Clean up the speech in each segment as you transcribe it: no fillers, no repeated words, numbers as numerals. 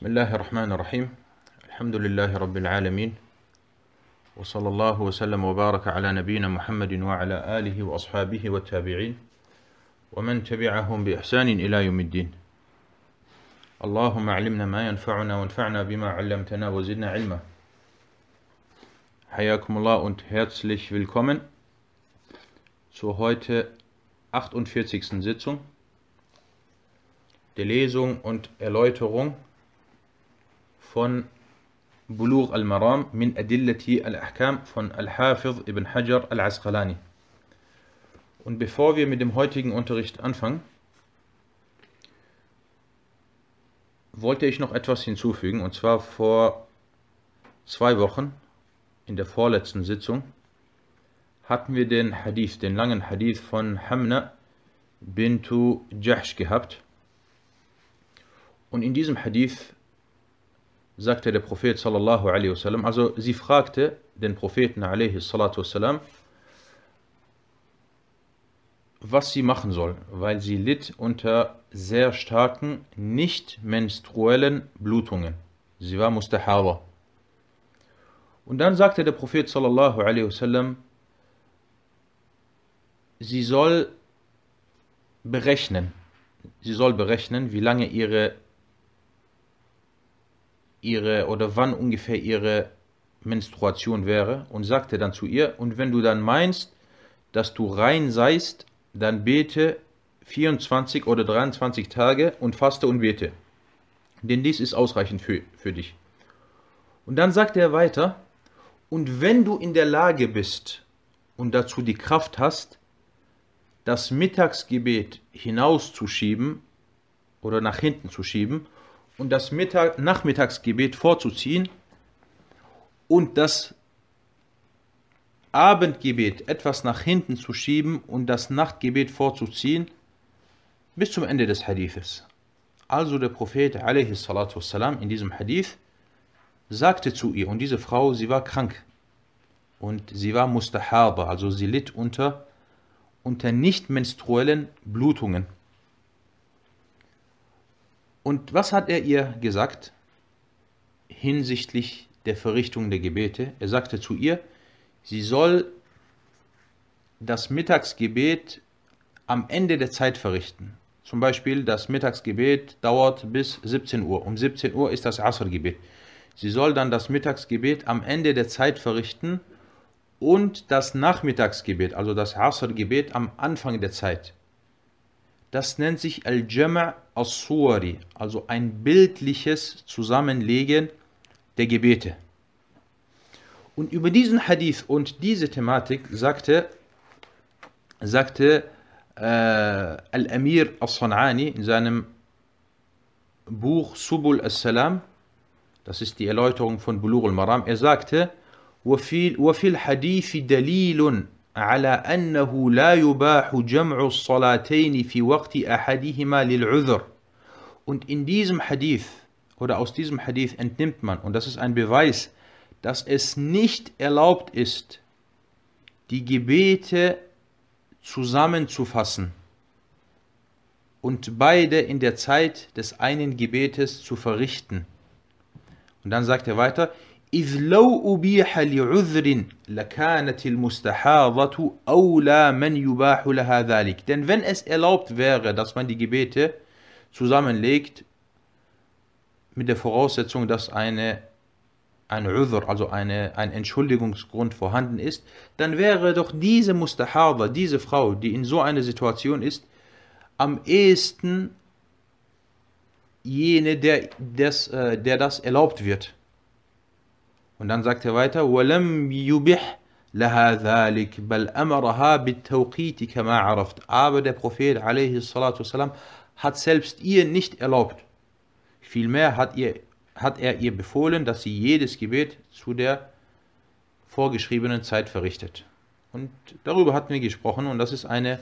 بسم الله الرحمن الرحيم الحمد لله رب العالمين وصلى الله وسلم وبارك على نبينا محمد وعلى آله وأصحابه والتابعين ومن تبعهم بإحسان إلى يوم الدين اللهم علمنا ما ينفعنا وانفعنا بما علمتنا وزدنا علما. Hayyakumullah und herzlich willkommen zur heute 48. Sitzung der Lesung und Erläuterung von Bulugh al-Maram min Adillati al-Ahkam von Al-Hafiz ibn Hajar al-Asqalani. Und bevor wir mit dem heutigen Unterricht anfangen, wollte ich noch etwas hinzufügen, und zwar vor 2 Wochen, in der vorletzten Sitzung, hatten wir den langen Hadith von Hamna bintu Jahsh gehabt. Und in diesem Hadith sagte der Prophet sallallahu alaihi wasallam, also sie fragte den Propheten alaihi salatu wasallam, was sie machen soll, weil sie litt unter sehr starken, nicht menstruellen Blutungen. Sie war Mustahaba. Und dann sagte der Prophet sallallahu alaihi wasallam, sie soll berechnen, wie lange ihre oder wann ungefähr ihre Menstruation wäre, und sagte dann zu ihr, und wenn du dann meinst, dass du rein seist, dann bete 24 oder 23 Tage und faste und bete, denn dies ist ausreichend für dich. Und dann sagte er weiter, und wenn du in der Lage bist und dazu die Kraft hast, das Mittagsgebet hinauszuschieben oder nach hinten zu schieben und das Nachmittagsgebet vorzuziehen und das Abendgebet etwas nach hinten zu schieben und das Nachtgebet vorzuziehen, bis zum Ende des Hadithes. Also der Prophet alaihi salatu wassalam in diesem Hadith sagte zu ihr, und diese Frau, sie war krank und sie war Mustahaba, also sie litt unter nicht menstruellen Blutungen. Und was hat er ihr gesagt hinsichtlich der Verrichtung der Gebete? Er sagte zu ihr, sie soll das Mittagsgebet am Ende der Zeit verrichten. Zum Beispiel das Mittagsgebet dauert bis 17 Uhr. Um 17 Uhr ist das Asr-Gebet. Sie soll dann das Mittagsgebet am Ende der Zeit verrichten und das Nachmittagsgebet, also das Asr-Gebet am Anfang der Zeit. Das nennt sich Al-Jama' al-Suwari, also ein bildliches Zusammenlegen der Gebete. Und über diesen Hadith und diese Thematik sagte Al-Amir al-San'ani in seinem Buch Subul al-Salam, das ist die Erläuterung von Bulugh al-Maram, er sagte, وفي الحديث دليل على أنه لا يباح جمع الصلاتين في وقت أحدهما للعذر. Und in diesem Hadith oder aus diesem Hadith entnimmt man, und das ist ein Beweis, dass es nicht erlaubt ist, die Gebete zusammenzufassen und beide in der Zeit des einen Gebetes zu verrichten. Und dann sagt er weiter, إذ لو أبيح لعذر لكانت المستحاضة أولى من يباح لها ذلك. Denn wenn es erlaubt wäre, dass man die Gebete zusammenlegt, mit der Voraussetzung, dass ein Udhr, also ein Entschuldigungsgrund vorhanden ist, dann wäre doch diese Mustahaba, diese Frau, die in so einer Situation ist, am ehesten jene, der das erlaubt wird. Und dann sagt er weiter, وَلَمْ يُبِحْ لَهَا ذَلِكَ بَلْ أَمَرَهَا بِالتَّوْقِيتِ كَمَا عَرَفْتَ. Aber der Prophet alaihi salatu wassalam hat selbst ihr nicht erlaubt. Vielmehr hat er ihr befohlen, dass sie jedes Gebet zu der vorgeschriebenen Zeit verrichtet. Und darüber hatten wir gesprochen, und das ist eine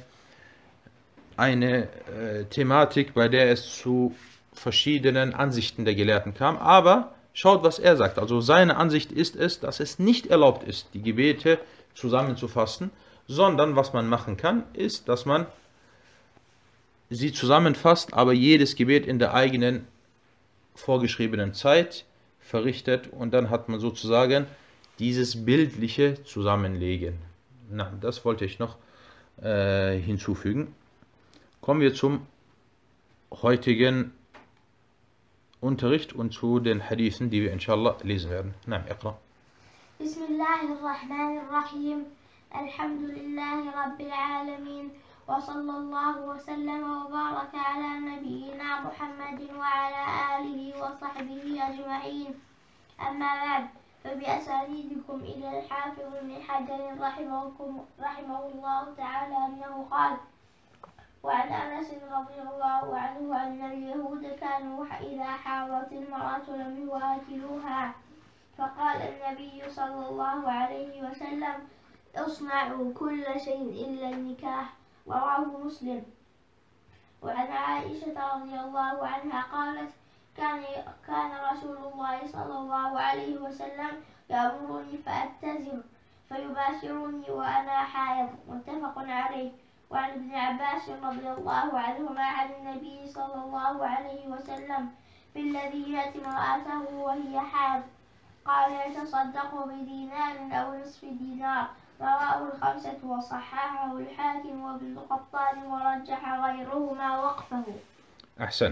Thematik, bei der es zu verschiedenen Ansichten der Gelehrten kam, aber schaut, was er sagt. Also seine Ansicht ist es, dass es nicht erlaubt ist, die Gebete zusammenzufassen, sondern was man machen kann, ist, dass man sie zusammenfasst, aber jedes Gebet in der eigenen vorgeschriebenen Zeit verrichtet und dann hat man sozusagen dieses bildliche Zusammenlegen. Na, das wollte ich noch hinzufügen. Kommen wir zum heutigen Unterricht und zu den Hadithen, die wir inshallah lesen werden. Na, Iqra. Bismillahirrahmanirrahim. Alhamdulillahi Rabbil Alamin. وصلى الله وسلم وبارك على نبينا محمد وعلى آله وصحبه أجمعين. أما بعد فبأسانيدكم إلى الحافظ بن حجر رحمه الله تعالى أنه قال: وعن أنس رضي الله عنه أن اليهود كانوا إذا حاضت المرأة لم يواكلوها، فقال النبي صلى الله عليه وسلم: اصنعوا كل شيء إلا النكاح. رواه مسلم. وعن عائشة رضي الله عنها قالت: كان رسول الله صلى الله عليه وسلم يأمرني فأتزر فيباشرني وأنا حائض. متفق عليه. وعن ابن عباس رضي الله عنهما عن النبي صلى الله عليه وسلم في الذي يأتي امرأته وهي حائض قال: يتصدق بدينار أو نصف دينار. رواه الخمسة وصححه الحاكم وابن قطان ورجح غيرهما وقفه. Ahsant.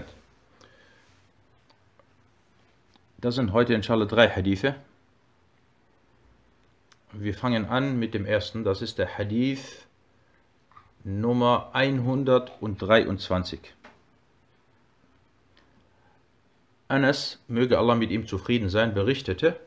Das sind heute inshallah 3 Hadithe. Wir fangen an mit dem ersten, das ist der Hadith Nummer 123. Anas, möge Allah mit ihm zufrieden sein, berichtete,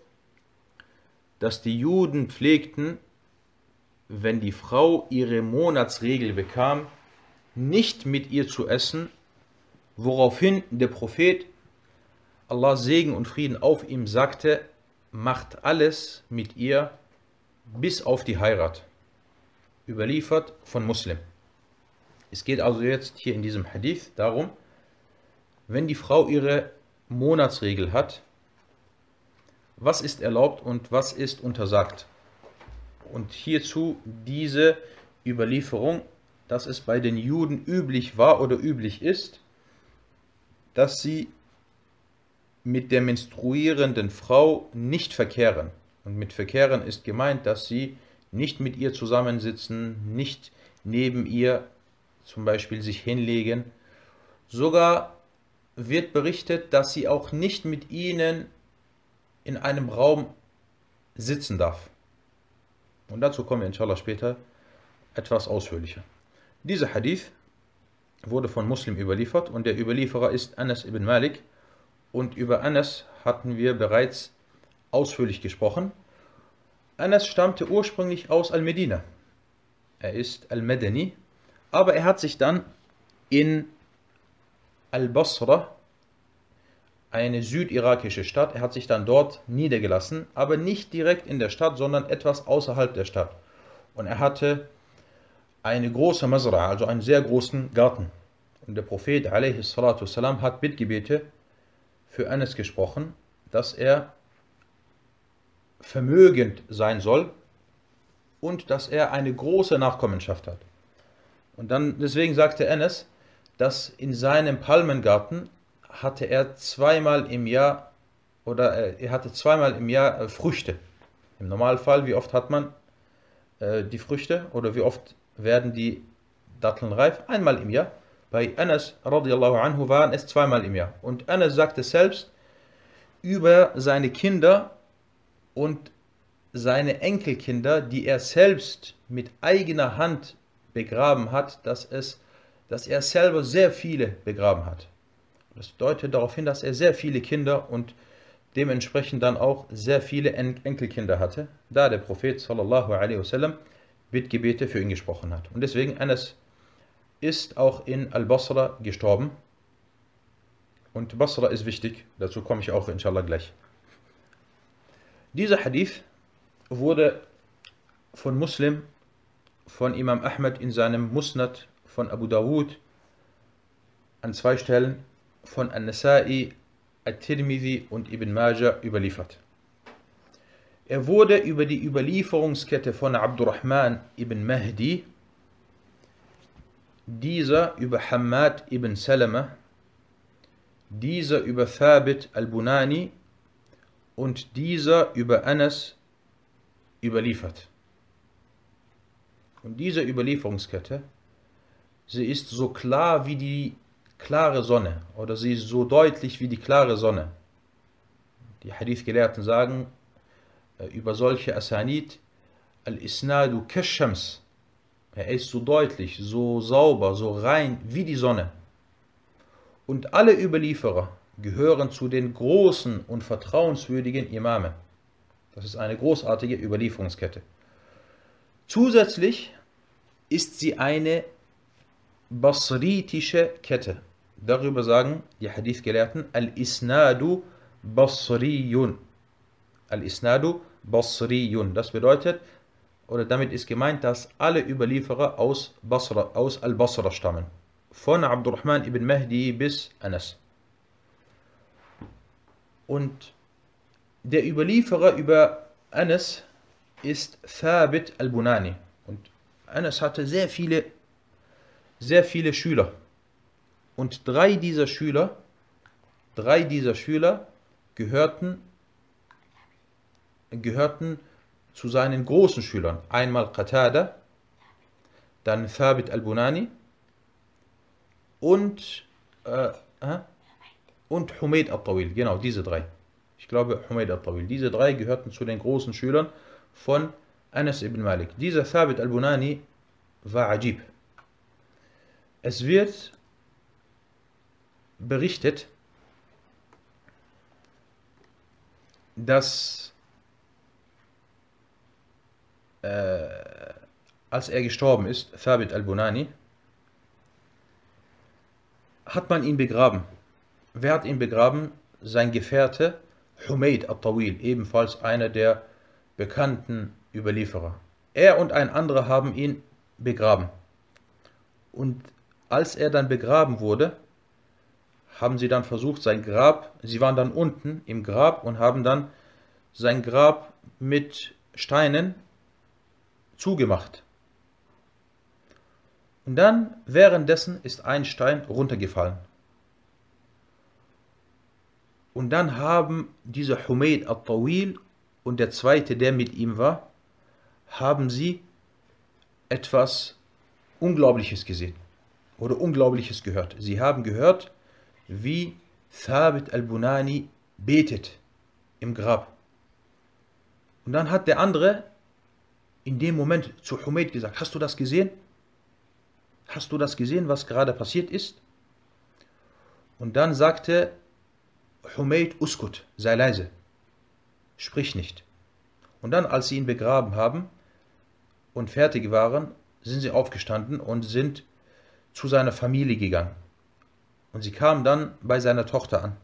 dass die Juden pflegten, wenn die Frau ihre Monatsregel bekam, nicht mit ihr zu essen, woraufhin der Prophet, Allah Segen und Frieden auf ihm, sagte: macht alles mit ihr bis auf die Heirat. Überliefert von Muslim. Es geht also jetzt hier in diesem Hadith darum, wenn die Frau ihre Monatsregel hat, was ist erlaubt und was ist untersagt. Und hierzu diese Überlieferung, dass es bei den Juden üblich war oder üblich ist, dass sie mit der menstruierenden Frau nicht verkehren. Und mit verkehren ist gemeint, dass sie nicht mit ihr zusammensitzen, nicht neben ihr zum Beispiel sich hinlegen. Sogar wird berichtet, dass sie auch nicht mit ihnen in einem Raum sitzen darf. Und dazu kommen wir inshallah später etwas ausführlicher. Dieser Hadith wurde von Muslim überliefert und der Überlieferer ist Anas ibn Malik. Und über Anas hatten wir bereits ausführlich gesprochen. Anas stammte ursprünglich aus Al-Medina. Er ist Al-Madani, aber er hat sich dann in Al-Basra, eine südirakische Stadt, er hat sich dann dort niedergelassen, aber nicht direkt in der Stadt, sondern etwas außerhalb der Stadt. Und er hatte eine große Masra, also einen sehr großen Garten. Und der Prophet a.s. hat Bittgebete für Anas gesprochen, dass er vermögend sein soll und dass er eine große Nachkommenschaft hat. Und dann deswegen sagte Anas, dass in seinem Palmengarten hatte er zweimal im Jahr Früchte. Im Normalfall, wie oft hat man die Früchte oder wie oft werden die Datteln reif? Einmal im Jahr. Bei Anas radiallahu anhu waren es zweimal im Jahr. Und Anas sagte selbst über seine Kinder und seine Enkelkinder, die er selbst mit eigener Hand begraben hat, dass er selber sehr viele begraben hat. Das deutet darauf hin, dass er sehr viele Kinder und dementsprechend dann auch sehr viele Enkelkinder hatte, da der Prophet sallallahu alaihi wasallam Bittgebete für ihn gesprochen hat. Und deswegen Anas ist auch in Al-Basra gestorben. Und Basra ist wichtig, dazu komme ich auch inshallah gleich. Dieser Hadith wurde von Muslim, von Imam Ahmad in seinem Musnad, von Abu Dawud an 2 Stellen, von An-Nasa'i, At-Tirmidhi und Ibn Majah überliefert. Er wurde über die Überlieferungskette von Abdurrahman ibn Mahdi, dieser über Hammad ibn Salama, dieser über Thabit al-Bunani und dieser über Anas überliefert. Und diese Überlieferungskette, sie ist so klar wie die klare Sonne oder sie ist so deutlich wie die klare Sonne. Die Hadith-Gelehrten sagen über solche Asanid, al-Isnadu kashams. Er ist so deutlich, so sauber, so rein wie die Sonne. Und alle Überlieferer gehören zu den großen und vertrauenswürdigen Imame. Das ist eine großartige Überlieferungskette. Zusätzlich ist sie eine basritische Kette. Darüber sagen die Hadith-Gelehrten Al-Isnadu Basriyun. Al-Isnadu Basriyun. Das bedeutet, oder damit ist gemeint, dass alle Überlieferer aus Al-Basra stammen. Von Abdurrahman ibn Mahdi bis Anas. Und der Überlieferer über Anas ist Thabit al-Bunani. Und Anas hatte sehr viele Schüler. Und drei dieser Schüler gehörten zu seinen großen Schülern. Einmal Qatada, dann Thabit al-Bunani und Humayd al-Tawil. Genau, diese drei. Ich glaube Humayd al-Tawil. Diese drei gehörten zu den großen Schülern von Anas ibn Malik. Dieser Thabit al-Bunani war ajib. Es wird berichtet, dass als er gestorben ist, Thabit al-Bunani, hat man ihn begraben. Wer hat ihn begraben? Sein Gefährte Humayd al-Tawil, ebenfalls einer der bekannten Überlieferer. Er und ein anderer haben ihn begraben. Und als er dann begraben wurde, haben sie dann versucht, sein Grab, sie waren dann unten im Grab und haben dann sein Grab mit Steinen zugemacht. Und dann währenddessen ist ein Stein runtergefallen. Und dann haben dieser Humayd al-Tawil und der zweite, der mit ihm war, haben sie etwas Unglaubliches gesehen oder Unglaubliches gehört. Sie haben gehört, wie Thabit al-Bunani betet im Grab. Und dann hat der andere in dem Moment zu Humayd gesagt, hast du das gesehen? Hast du das gesehen, was gerade passiert ist? Und dann sagte Humayd, uskut, sei leise, sprich nicht. Und dann, als sie ihn begraben haben und fertig waren, sind sie aufgestanden und sind zu seiner Familie gegangen. Und sie kamen dann bei seiner Tochter an.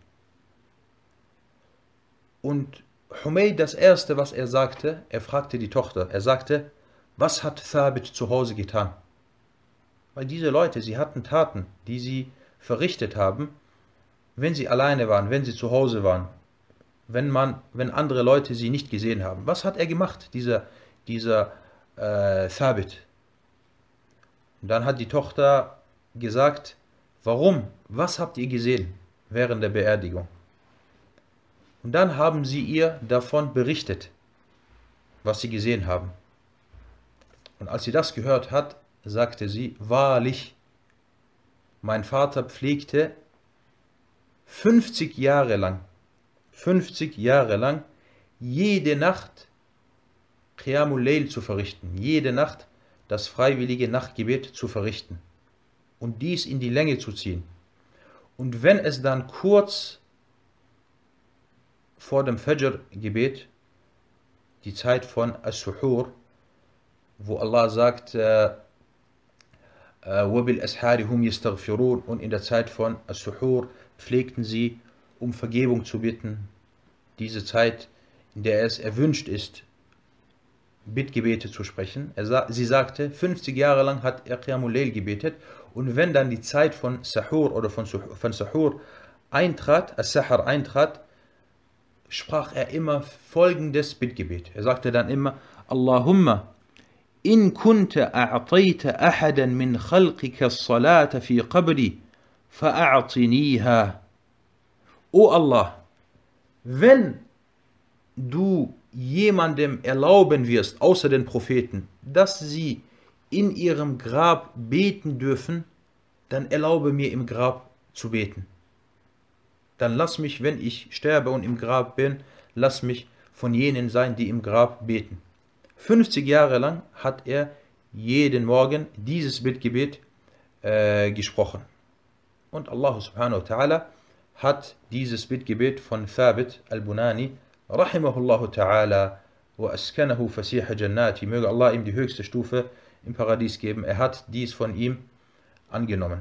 Und Humayd, das erste, was er sagte, er fragte die Tochter, er sagte, was hat Thabit zu Hause getan? Weil diese Leute, sie hatten Taten, die sie verrichtet haben, wenn sie alleine waren, wenn sie zu Hause waren, wenn andere Leute sie nicht gesehen haben. Was hat er gemacht, dieser Thabit? Und dann hat die Tochter gesagt, warum? Was habt ihr gesehen während der Beerdigung? Und dann haben sie ihr davon berichtet, was sie gesehen haben. Und als sie das gehört hat, sagte sie, wahrlich, mein Vater pflegte 50 Jahre lang, jede Nacht Qiyamul Layl zu verrichten, jede Nacht das freiwillige Nachtgebet zu verrichten und dies in die Länge zu ziehen. Und wenn es dann kurz vor dem Fajr-Gebet, die Zeit von As-Suhur, wo Allah sagt, وَبِالْأَسْحَارِ هُمْ يَسْتَغْفِرُونَ, und in der Zeit von As-Suhur pflegten sie, um Vergebung zu bitten, diese Zeit, in der es erwünscht ist, Bittgebete zu sprechen. Sie sagte, 50 Jahre lang hat er Qiyamul Layl gebetet, und wenn dann die Zeit von Sahur oder von Sahur eintrat, As-Sahar eintrat, sprach er immer folgendes Bittgebet. Er sagte dann immer, Allahumma, in kunta a'tayta ahadan min khalqika as-salata fi qabri, fa'a'tiniha. O Allah, wenn du jemandem erlauben wirst, außer den Propheten, dass sie in ihrem Grab beten dürfen, dann erlaube mir im Grab zu beten. Dann lass mich, wenn ich sterbe und im Grab bin, lass mich von jenen sein, die im Grab beten. 50 Jahre lang hat er jeden Morgen dieses Bittgebet gesprochen. Und Allah subhanahu wa ta'ala hat dieses Bittgebet von Thabit al-Bunani, rahimahullahu ta'ala, wa askanahu fasiha jannati, möge Allah ihm die höchste Stufe im Paradies geben. Er hat dies von ihm angenommen.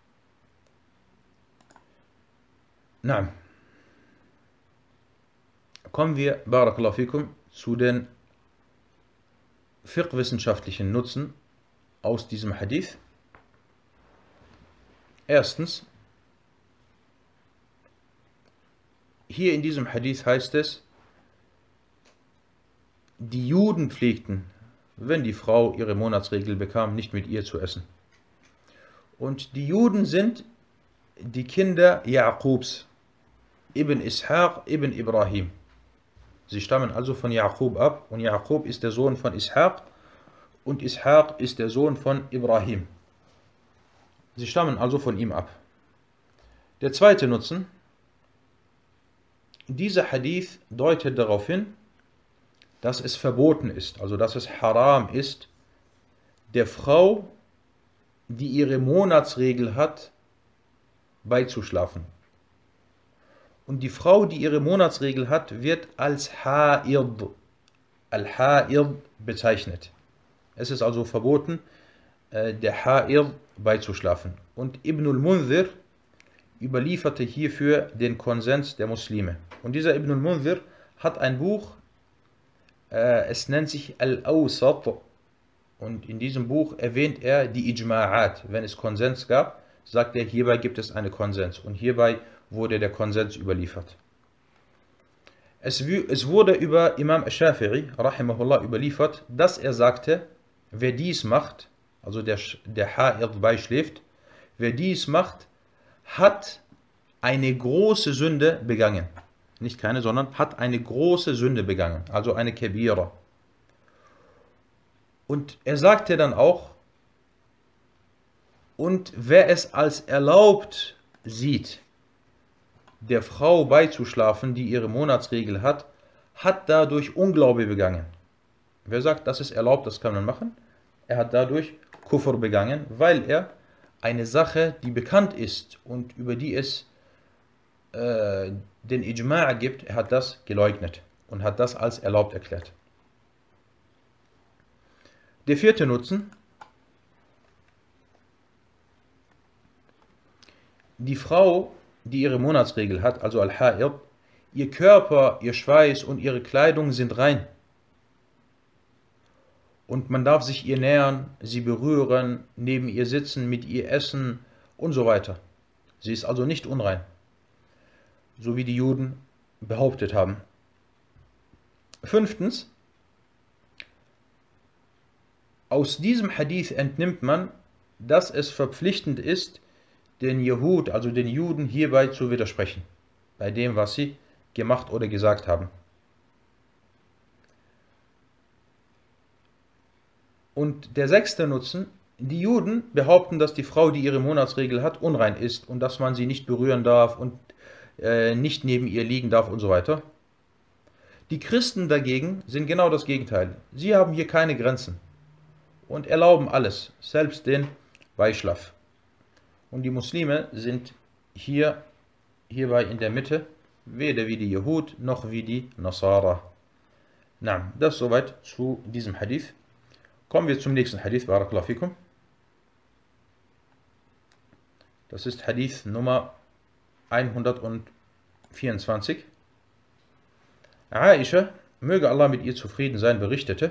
Na, kommen wir, barakallahu fikum, zu den fiqh-wissenschaftlichen Nutzen aus diesem Hadith. Erstens, hier in diesem Hadith heißt es, die Juden pflegten, wenn die Frau ihre Monatsregel bekam, nicht mit ihr zu essen. Und die Juden sind die Kinder Jaqubs, Ibn Ishaq, Ibn Ibrahim. Sie stammen also von Jaqub ab und Jaqub ist der Sohn von Ishaq und Ishaq ist der Sohn von Ibrahim. Sie stammen also von ihm ab. Der zweite Nutzen, dieser Hadith deutet darauf hin, dass es verboten ist, also dass es haram ist, der Frau, die ihre Monatsregel hat, beizuschlafen. Und die Frau, die ihre Monatsregel hat, wird als Ha'id, al-Ha'id bezeichnet. Es ist also verboten, der Ha'id beizuschlafen. Und Ibn al-Munzir überlieferte hierfür den Konsens der Muslime. Und dieser Ibn al-Munzir hat ein Buch, es nennt sich Al-Awsat. Und in diesem Buch erwähnt er die Ijma'at. Wenn es Konsens gab, sagt er, hierbei gibt es einen Konsens. Und hierbei wurde der Konsens überliefert. Es wurde über Imam Ash-Shafi'i, rahimahullah, überliefert, dass er sagte, wer dies macht, also der Ha'id beischläft, wer dies macht, hat eine große Sünde begangen. Nicht keine, sondern hat eine große Sünde begangen, also eine Kabira. Und er sagte dann auch, und wer es als erlaubt sieht, der Frau beizuschlafen, die ihre Monatsregel hat, hat dadurch Unglaube begangen. Wer sagt, das ist erlaubt, das kann man machen? Er hat dadurch Kufr begangen, weil er eine Sache, die bekannt ist und über die es den Ijma' gibt, er hat das geleugnet und hat das als erlaubt erklärt. Der vierte Nutzen, die Frau, die ihre Monatsregel hat, also Al-Ha'id, ihr Körper, ihr Schweiß und ihre Kleidung sind rein. Und man darf sich ihr nähern, sie berühren, neben ihr sitzen, mit ihr essen und so weiter. Sie ist also nicht unrein, so wie die Juden behauptet haben. Fünftens, aus diesem Hadith entnimmt man, dass es verpflichtend ist, den Jehud, also den Juden, hierbei zu widersprechen, bei dem, was sie gemacht oder gesagt haben. Und der sechste Nutzen, die Juden behaupten, dass die Frau, die ihre Monatsregel hat, unrein ist und dass man sie nicht berühren darf und nicht neben ihr liegen darf und so weiter. Die Christen dagegen sind genau das Gegenteil. Sie haben hier keine Grenzen und erlauben alles, selbst den Beischlaf. Und die Muslime sind hierbei in der Mitte, weder wie die Jehud noch wie die Nasara. Na, das soweit zu diesem Hadith. Kommen wir zum nächsten Hadith, barakallahu fikum. Das ist Hadith Nummer 124. Aisha, möge Allah mit ihr zufrieden sein, berichtete,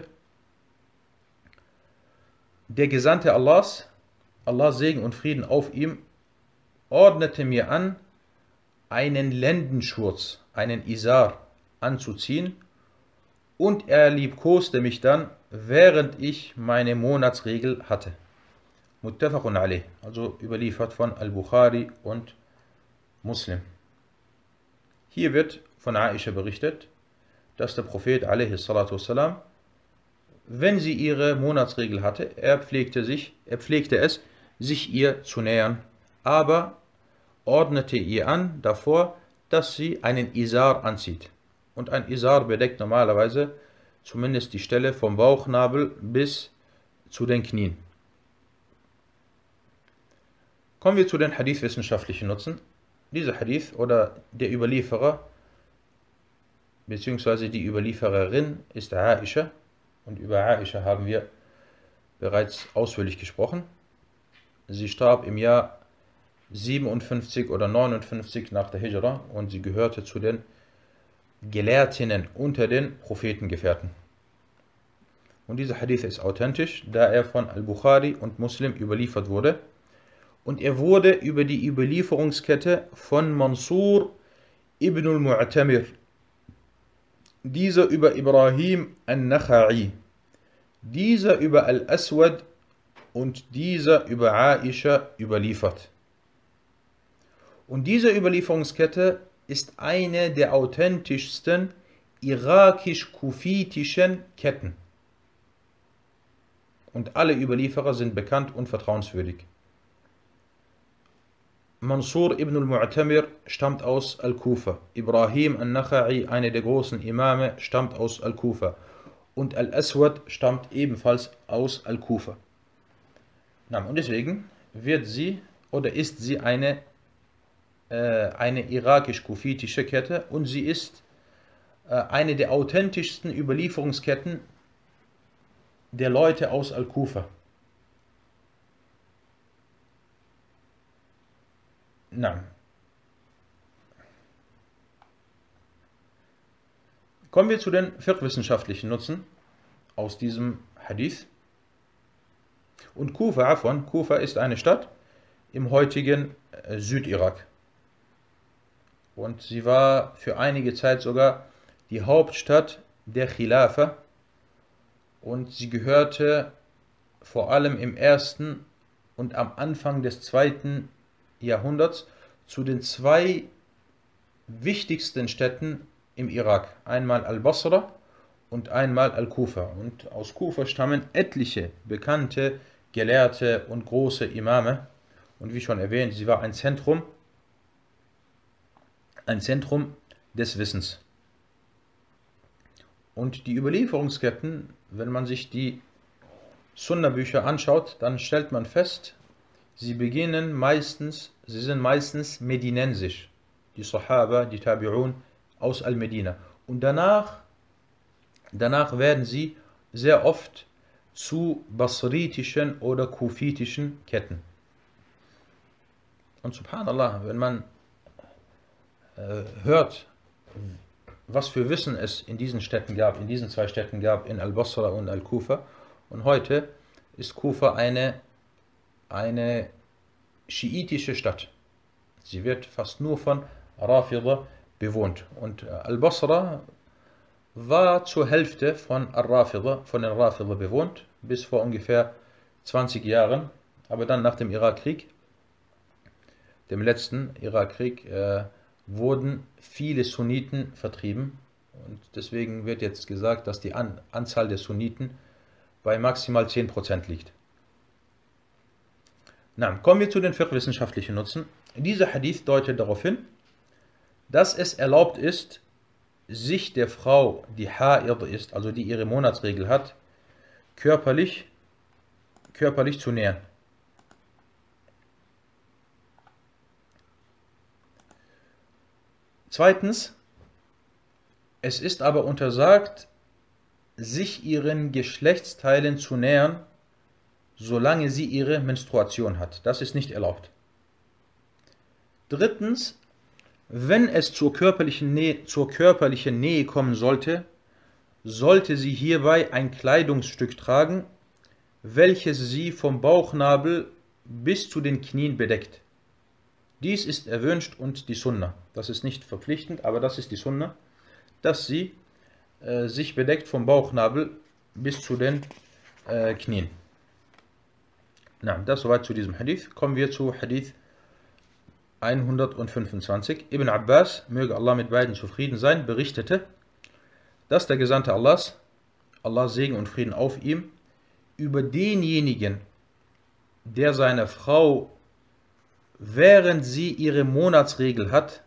der Gesandte Allahs, Allahs Segen und Frieden auf ihm, ordnete mir an, einen Lendenschurz, einen Isar, anzuziehen, und er liebkoste mich dann, während ich meine Monatsregel hatte. Muttafaqun alayh, also überliefert von Al-Bukhari und Muslim. Hier wird von Aisha berichtet, dass der Prophet a.s., wenn sie ihre Monatsregel hatte, er pflegte es, sich ihr zu nähern, aber ordnete ihr an davor, dass sie einen Isar anzieht. Und ein Isar bedeckt normalerweise zumindest die Stelle vom Bauchnabel bis zu den Knien. Kommen wir zu den hadith-wissenschaftlichen Nutzen. Dieser Hadith oder der Überlieferer bzw. die Überliefererin ist Aisha, und über Aisha haben wir bereits ausführlich gesprochen. Sie starb im Jahr 57 oder 59 nach der Hijra und sie gehörte zu den Gelehrtinnen unter den Prophetengefährten. Und dieser Hadith ist authentisch, da er von Al-Bukhari und Muslim überliefert wurde. Und er wurde über die Überlieferungskette von Mansur ibn al-Mu'tamir, dieser über Ibrahim al-Nakha'i, dieser über Al-Aswad und dieser über Aisha überliefert. Und diese Überlieferungskette ist eine der authentischsten irakisch-kufitischen Ketten. Und alle Überlieferer sind bekannt und vertrauenswürdig. Mansur ibn al-Mu'tamir stammt aus Al-Kufa. Ibrahim al-Nakha'i, einer der großen Imame, stammt aus Al-Kufa. Und Al-Aswad stammt ebenfalls aus Al-Kufa. Und deswegen ist sie eine irakisch-kufitische Kette und sie ist eine der authentischsten Überlieferungsketten der Leute aus Al-Kufa. Kommen wir zu den fiqh-wissenschaftlichen Nutzen aus diesem Hadith. Und Kufa ist eine Stadt im heutigen Südirak. Und sie war für einige Zeit sogar die Hauptstadt der Khilafa. Und sie gehörte vor allem im 1. und am Anfang des 2. Jahrhunderts zu den 2 wichtigsten Städten im Irak. Einmal Al-Basra und einmal Al-Kufa. Und aus Kufa stammen etliche bekannte Gelehrte und große Imame. Und wie schon erwähnt, sie war ein Zentrum des Wissens. Und die Überlieferungsketten, wenn man sich die Sunna-Bücher anschaut, dann stellt man fest, sie sind meistens medinensisch. Die Sahaba, die Tabi'un aus Al-Medina. Und danach werden sie sehr oft zu basritischen oder kufitischen Ketten. Und subhanallah, wenn man hört, was für Wissen es in diesen 2 Städten gab, in Al-Basra und Al-Kufa. Und heute ist Kufa eine schiitische Stadt. Sie wird fast nur von Rafida bewohnt. Und Al-Basra war zur Hälfte von den Rafida bewohnt, bis vor ungefähr 20 Jahren. Aber dann nach dem Irakkrieg, dem letzten Irakkrieg, wurden viele Sunniten vertrieben. Und deswegen wird jetzt gesagt, dass die Anzahl der Sunniten bei maximal 10% liegt. Kommen wir zu den fiqh-wissenschaftlichen Nutzen. Dieser Hadith deutet darauf hin, dass es erlaubt ist, sich der Frau, die Ha'id ist, also die ihre Monatsregel hat, körperlich zu nähern. Zweitens, es ist aber untersagt, sich ihren Geschlechtsteilen zu nähern, solange sie ihre Menstruation hat. Das ist nicht erlaubt. Drittens, wenn es zur körperlichen Nähe kommen sollte, sollte sie hierbei ein Kleidungsstück tragen, welches sie vom Bauchnabel bis zu den Knien bedeckt. Dies ist erwünscht und die Sunna. Das ist nicht verpflichtend, aber das ist die Sunna, dass sie sich bedeckt vom Bauchnabel bis zu den Knien. Das soweit zu diesem Hadith. Kommen wir zu Hadith 125. Ibn Abbas, möge Allah mit beiden zufrieden sein, berichtete, dass der Gesandte Allahs, Allahs Segen und Frieden auf ihm, über denjenigen, der seine Frau, während sie ihre Monatsregel hat,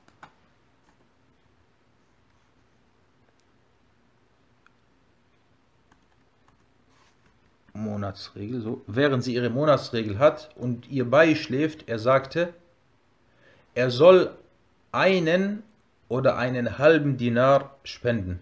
während sie ihre Monatsregel hat und ihr beischläft, er sagte, er soll einen oder einen halben Dinar spenden.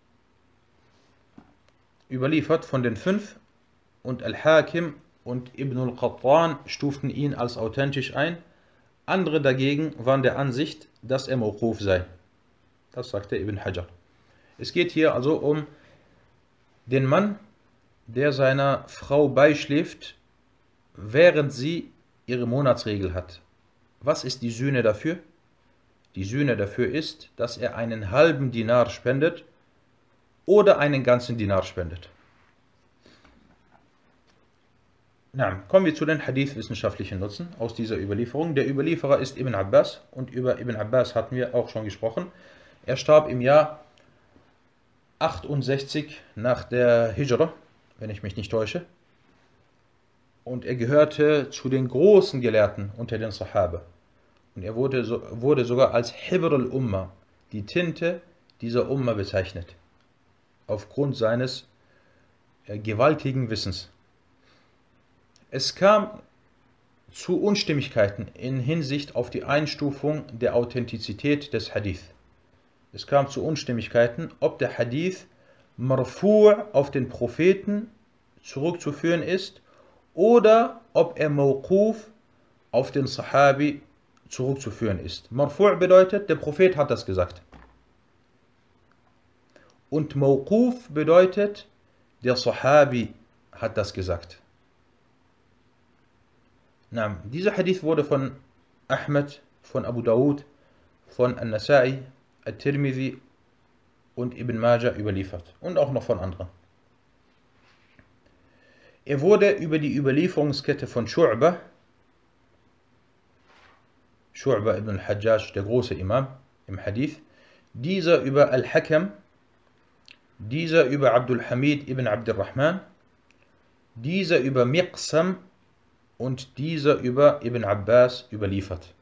Überliefert von den 5, und Al-Hakim und Ibn al-Qattan stuften ihn als authentisch ein. Andere dagegen waren der Ansicht, dass er Mawquf sei. Das sagte Ibn Hajar. Es geht hier also um den Mann, der seiner Frau beischläft, während sie ihre Monatsregel hat. Was ist die Sühne dafür? Die Sühne dafür ist, dass er einen halben Dinar spendet oder einen ganzen Dinar spendet. Kommen wir zu den Hadith-wissenschaftlichen Nutzen aus dieser Überlieferung. Der Überlieferer ist Ibn Abbas, und über Ibn Abbas hatten wir auch schon gesprochen. Er starb im Jahr 68 nach der Hijra, wenn ich mich nicht täusche. Und er gehörte zu den großen Gelehrten unter den Sahaba. Und er wurde sogar als Hibr al-Umma, die Tinte dieser Umma, bezeichnet. Aufgrund seines gewaltigen Wissens. Es kam zu Unstimmigkeiten in Hinsicht auf die Einstufung der Authentizität des Hadith. Es kam zu Unstimmigkeiten, ob der Hadith Marfu' auf den Propheten zurückzuführen ist oder ob er Mawquf auf den Sahabi zurückzuführen ist. Marfu' bedeutet, der Prophet hat das gesagt. Und Mawquf bedeutet, der Sahabi hat das gesagt. Dieser Hadith wurde von Ahmed, von Abu Dawud, von An-Nasa'i, At-Tirmidhi und Ibn Majah überliefert und auch noch von anderen. Er wurde über die Überlieferungskette von Shu'ba ibn al-Hajjaj, der große Imam im Hadith, dieser über Al-Hakam, dieser über Abdul Hamid ibn Abdurrahman, dieser über Miqsam und dieser über Ibn Abbas überliefert.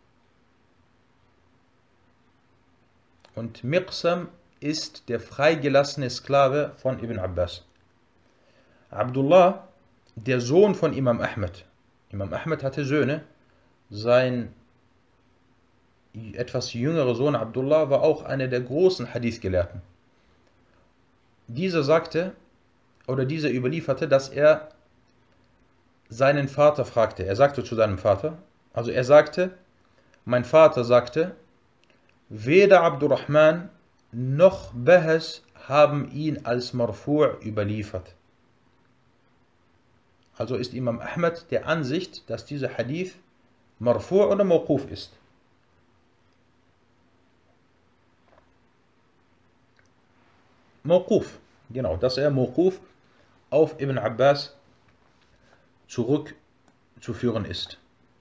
Und Miqsam ist der freigelassene Sklave von Ibn Abbas. Abdullah, der Sohn von Imam Ahmed. Imam Ahmed hatte Söhne. Sein etwas jüngerer Sohn Abdullah war auch einer der großen Hadith-Gelehrten. Dieser überlieferte, dass er seinen Vater fragte. Er sagte zu seinem Vater, mein Vater sagte, weder Abdurrahman noch Bahas haben ihn als Marfu' überliefert. Also ist Imam Ahmed der Ansicht, dass dieser Hadith Marfu' oder Mawquf ist. Mawquf, genau, dass er Mawquf auf Ibn Abbas zurückzuführen ist.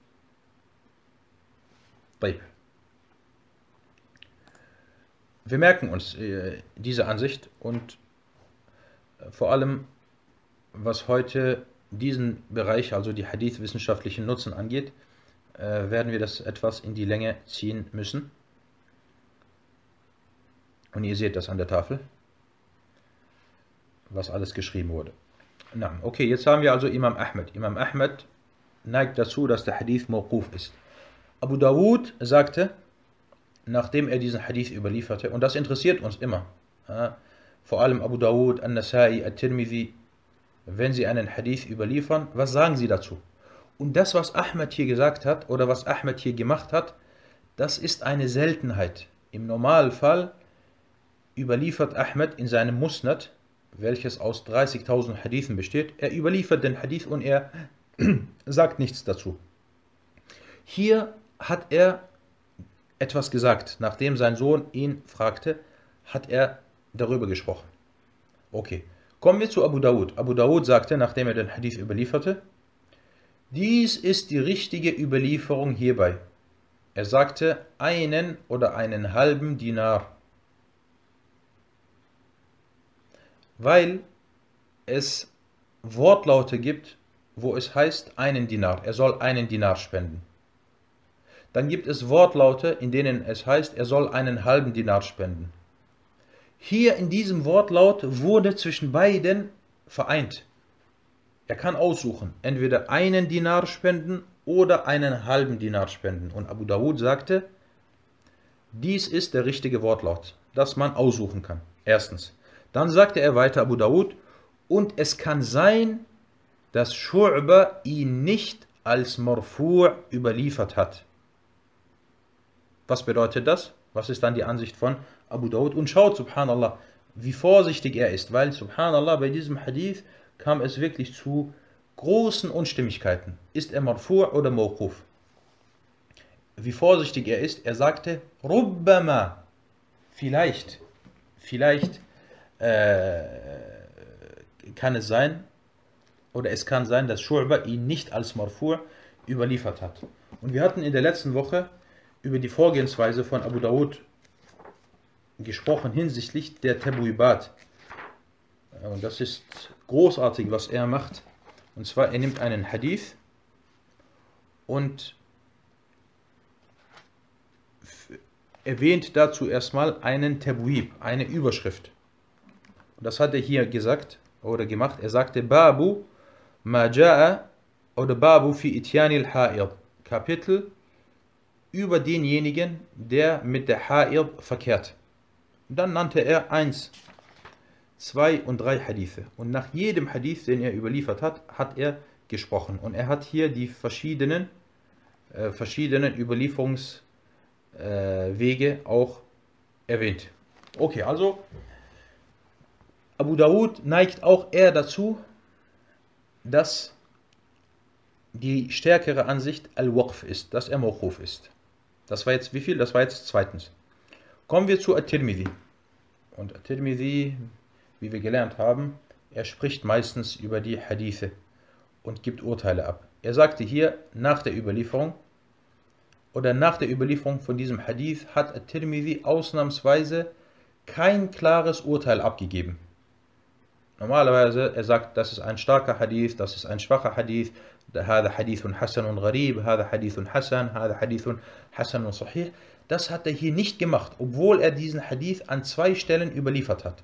Wir merken uns diese Ansicht, und vor allem, was heute diesen Bereich, also die Hadith-wissenschaftlichen Nutzen angeht, werden wir das etwas in die Länge ziehen müssen. Und ihr seht das an der Tafel, was alles geschrieben wurde. Okay, jetzt haben wir also Imam Ahmed. Imam Ahmed neigt dazu, dass der Hadith Mawquf ist. Abu Dawud sagte, nachdem er diesen Hadith überlieferte, und das interessiert uns immer, vor allem Abu Dawud, An-Nasa'i, At-Tirmidhi, wenn sie einen Hadith überliefern, was sagen sie dazu? Und das, was Ahmed hier gesagt hat, oder was Ahmed hier gemacht hat, das ist eine Seltenheit. Im Normalfall überliefert Ahmed in seinem Musnad, welches aus 30.000 Hadithen besteht, er überliefert den Hadith und er sagt nichts dazu. Hier hat er etwas gesagt. Nachdem sein Sohn ihn fragte, hat er darüber gesprochen. Okay, kommen wir zu Abu Dawud. Abu Dawud sagte, nachdem er den Hadith überlieferte, dies ist die richtige Überlieferung hierbei. Er sagte einen oder einen halben Dinar. Weil es Wortlaute gibt, wo es heißt einen Dinar. Er soll einen Dinar spenden. Dann gibt es Wortlaute, in denen es heißt, er soll einen halben Dinar spenden. Hier in diesem Wortlaut wurde zwischen beiden vereint. Er kann aussuchen, entweder einen Dinar spenden oder einen halben Dinar spenden. Und Abu Dawud sagte, dies ist der richtige Wortlaut, das man aussuchen kann. Erstens. Dann sagte er weiter, Abu Dawud, und es kann sein, dass Shu'ba ihn nicht als Marfu' überliefert hat. Was bedeutet das? Was ist dann die Ansicht von Abu Dawud? Und schaut, subhanallah, wie vorsichtig er ist, weil, subhanallah, bei diesem Hadith kam es wirklich zu großen Unstimmigkeiten. Ist er Marfu' oder Mawquf? Wie vorsichtig er ist, er sagte, Rubbama, vielleicht kann es sein, oder es kann sein, dass Shu'ba ihn nicht als Marfu' überliefert hat. Und wir hatten in der letzten Woche über die Vorgehensweise von Abu Dawud gesprochen hinsichtlich der Tabuibat. Und das ist großartig, was er macht. Und zwar, er nimmt einen Hadith und erwähnt dazu erstmal einen Tabuib, eine Überschrift. Und das hat er hier gesagt oder gemacht. Er sagte, Babu ma ja'a oder Babu fi ityanil ha'id. Kapitel über denjenigen, der mit der Ha'id verkehrt. Und dann nannte er 1, 2 und 3 Hadithe. Und nach jedem Hadith, den er überliefert hat, hat er gesprochen. Und er hat hier die verschiedenen Überlieferungswege auch erwähnt. Okay, also Abu Dawud neigt auch eher dazu, dass die stärkere Ansicht Al-Waqf ist, dass er Mawquf ist. Das war jetzt wie viel? Das war jetzt zweitens. Kommen wir zu At-Tirmidhi. Und At-Tirmidhi, wie wir gelernt haben, er spricht meistens über die Hadithe und gibt Urteile ab. Er sagte hier, nach der Überlieferung von diesem Hadith hat At-Tirmidhi ausnahmsweise kein klares Urteil abgegeben. Normalerweise, er sagt, das ist ein starker Hadith, das ist ein schwacher Hadith, هذا حديث حسن غريب, هذا حديث حسن, هذا حديث حسن صحيح. Das hat er hier nicht gemacht, obwohl er diesen Hadith an 2 Stellen überliefert hat.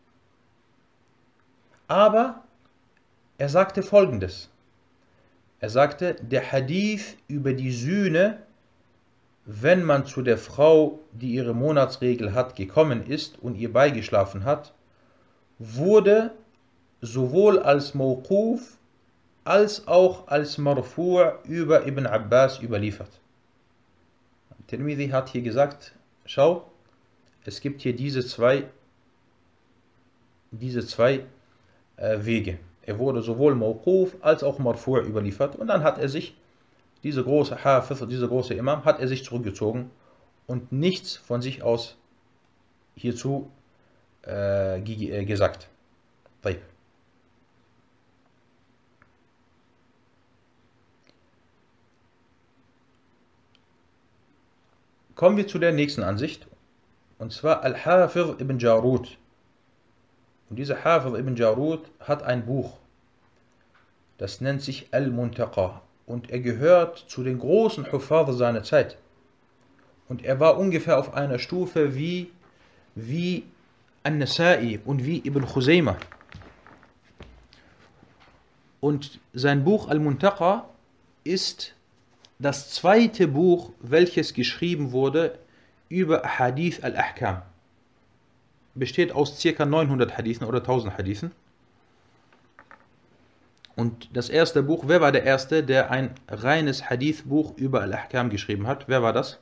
Aber er sagte Folgendes. Er sagte, der Hadith über die Sühne, wenn man zu der Frau, die ihre Monatsregel hat, gekommen ist und ihr beigeschlafen hat, wurde sowohl als Mawquf als auch als Marfu' über Ibn Abbas überliefert. Tirmidhi hat hier gesagt, schau, es gibt hier diese zwei Wege. Er wurde sowohl Mawquf als auch Marfu' überliefert und dann hat er sich, diese große Hafiz, dieser große Imam, hat er sich zurückgezogen und nichts von sich aus hierzu gesagt. طيب. Kommen wir zu der nächsten Ansicht, und zwar Al-Hafiz ibn Jarud. Und dieser Hafiz ibn Jarud hat ein Buch, das nennt sich Al-Muntaqa, und er gehört zu den großen Huffaz seiner Zeit. Und er war ungefähr auf einer Stufe wie An-Nasa'i und wie Ibn Khuzaymah. Und sein Buch Al-Muntaqa ist das zweite Buch, welches geschrieben wurde über Hadith al-Ahkam. Besteht aus ca. 900 Hadithen oder 1000 Hadithen. Und das erste Buch, wer war der Erste, der ein reines Hadith-Buch über al-Ahkam geschrieben hat? Wer war das?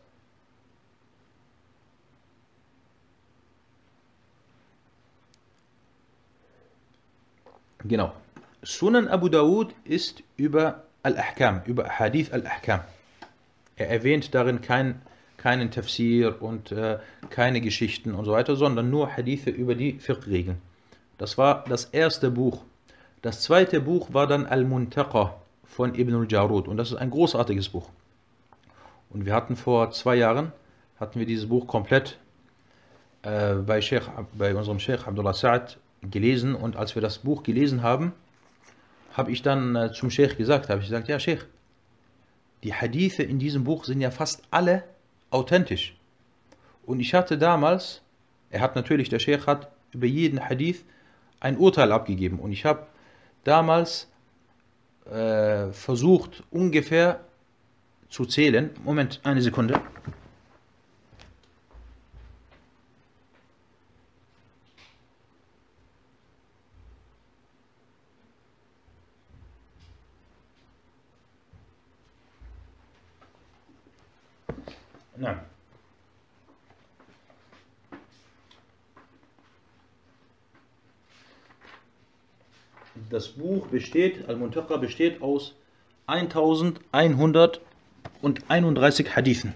Genau. Sunan Abu Dawud ist über Al-Ahkam, über Hadith al-Ahkam. Er erwähnt darin keinen Tafsir und keine Geschichten und so weiter, sondern nur Hadithe über die Fiqh-Regeln. Das war das erste Buch. Das zweite Buch war dann Al-Muntaqa von Ibn al-Jarud und das ist ein großartiges Buch. Und wir hatten vor 2 Jahren, hatten wir dieses Buch komplett bei unserem Sheikh Abdullah Sa'ad gelesen. Und als wir das Buch gelesen haben, habe ich dann zum Sheikh gesagt, ja Sheikh, die Hadithe in diesem Buch sind ja fast alle authentisch. Und ich hatte damals, der Sheikh hat über jeden Hadith ein Urteil abgegeben. Und ich habe damals versucht, ungefähr zu zählen. Moment, eine Sekunde. Nein. Das Buch Al-Muntaqa besteht aus 1131 Hadithen.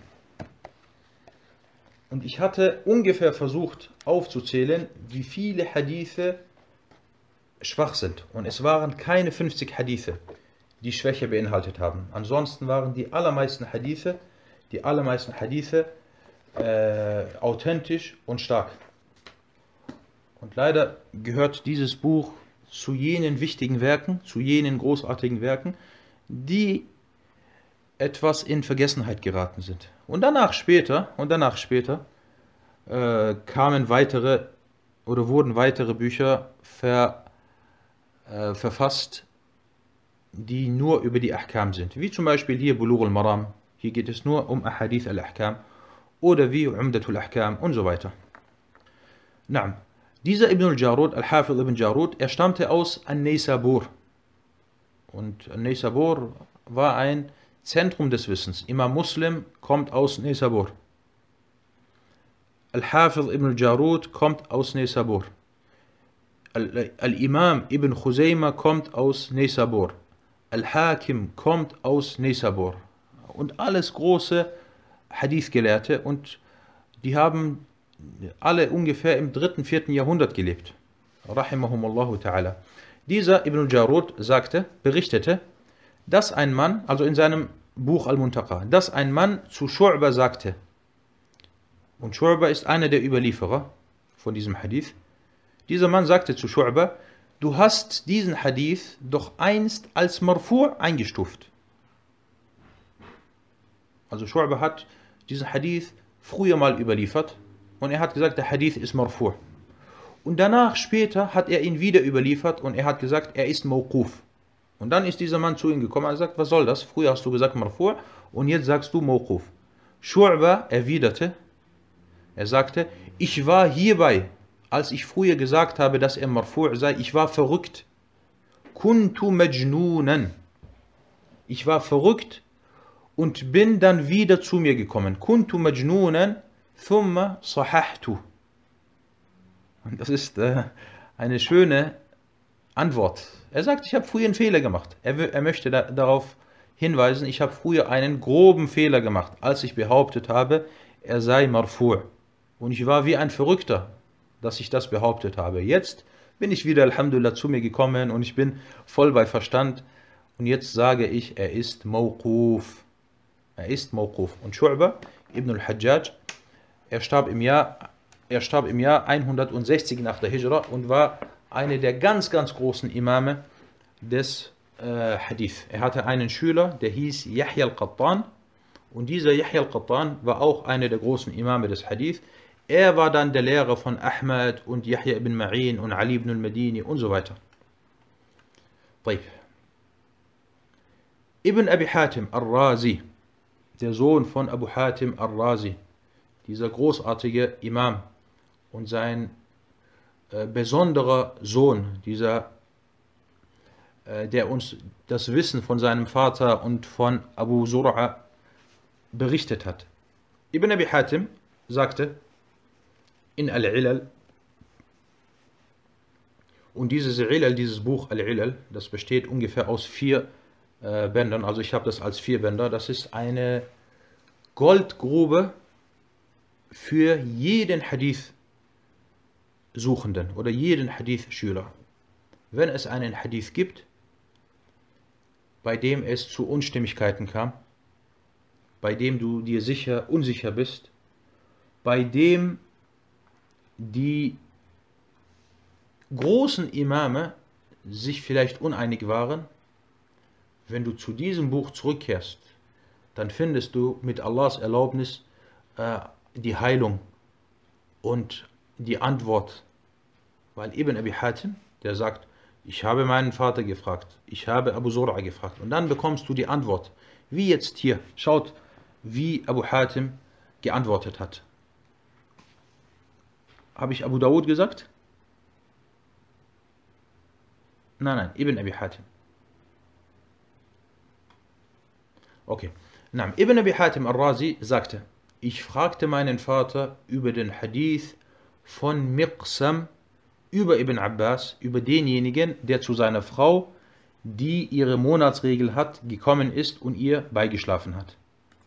Und ich hatte ungefähr versucht aufzuzählen, wie viele Hadithe schwach sind. Und es waren keine 50 Hadithe, die Schwäche beinhaltet haben. Ansonsten waren die allermeisten Hadithe authentisch und stark. Und leider gehört dieses Buch zu jenen wichtigen Werken, zu jenen großartigen Werken, die etwas in Vergessenheit geraten sind. Und danach später wurden weitere Bücher verfasst, die nur über die Ahkam sind. Wie zum Beispiel hier Bulugh al-Maram, hier geht es nur um Ahadith al-Ahkam, oder wie Umdatul Ahkam und so weiter. Naam. Dieser Ibn al-Jarud, Al-Hafidh ibn Jarud, er stammte aus An-Naysabur. Und An-Naysabur war ein Zentrum des Wissens. Imam Muslim kommt aus Naysabur. Al-Hafidh ibn al-Jarud kommt aus Naysabur. Al-Imam ibn Khuzayma kommt aus Naysabur. Al-Hakim kommt aus Naysabur. Und alles große Hadith-Gelehrte, und die haben alle ungefähr im 3., 4. Jahrhundert gelebt. Rahimahumullahu ta'ala. Dieser Ibn al-Jarud berichtete, dass ein Mann, also in seinem Buch Al-Muntaqa, dass ein Mann zu Shu'ba sagte, und Shu'ba ist einer der Überlieferer von diesem Hadith, dieser Mann sagte zu Shu'ba, du hast diesen Hadith doch einst als Marfu' eingestuft. Also Shu'ba hat diesen Hadith früher mal überliefert, und er hat gesagt, der Hadith ist Marfu'. Und danach, später, hat er ihn wieder überliefert und er hat gesagt, er ist Mawquf. Und dann ist dieser Mann zu ihm gekommen und hat gesagt, was soll das? Früher hast du gesagt Marfu' und jetzt sagst du Mawquf. Shu'ba erwiderte, er sagte, ich war hierbei, als ich früher gesagt habe, dass er Marfu' sei, ich war verrückt. Kuntu majnunan. Ich war verrückt und bin dann wieder zu mir gekommen. Kuntu majnunan. Thumma sahahtu. Und das ist eine schöne Antwort. Er sagt, ich habe früher einen Fehler gemacht. Er möchte darauf hinweisen, ich habe früher einen groben Fehler gemacht, als ich behauptet habe, er sei Marfu'. Und ich war wie ein Verrückter, dass ich das behauptet habe. Jetzt bin ich wieder, Alhamdulillah, zu mir gekommen und ich bin voll bei Verstand. Und jetzt sage ich, er ist Mawquf. Er ist Mawquf. Und Shu'ba ibn al-Hajjaj, er starb im Jahr 160 nach der Hijra und war einer der ganz, ganz großen Imame des Hadith. Er hatte einen Schüler, der hieß Yahya al-Qattan, und dieser Yahya al-Qattan war auch einer der großen Imame des Hadith. Er war dann der Lehrer von Ahmad und Yahya ibn Ma'in und Ali ibn al-Madini und so weiter. Ibn Abi Hatim al-Razi, der Sohn von Abu Hatim al-Razi, dieser großartige Imam und sein besonderer Sohn, der uns das Wissen von seinem Vater und von Abu Zur'a berichtet hat. Ibn Abi Hatim sagte in Al-Ilal, und dieses Buch Al-Ilal, das besteht ungefähr aus 4 Bändern, also ich habe das als 4 Bänder, das ist eine Goldgrube für jeden Hadith-Suchenden oder jeden Hadith-Schüler. Wenn es einen Hadith gibt, bei dem es zu Unstimmigkeiten kam, bei dem du dir unsicher bist, bei dem die großen Imame sich vielleicht uneinig waren, wenn du zu diesem Buch zurückkehrst, dann findest du mit Allahs Erlaubnis die Heilung und die Antwort. Weil Ibn Abi Hatim, der sagt, ich habe meinen Vater gefragt, ich habe Abu Zur'a gefragt und dann bekommst du die Antwort. Wie jetzt hier, schaut, wie Abu Hatim geantwortet hat. Habe ich Abu Dawud gesagt? Nein, Ibn Abi Hatim. Okay. Ibn Abi Hatim al-Razi sagte, ich fragte meinen Vater über den Hadith von Miqsam über Ibn Abbas, über denjenigen, der zu seiner Frau, die ihre Monatsregel hat, gekommen ist und ihr beigeschlafen hat.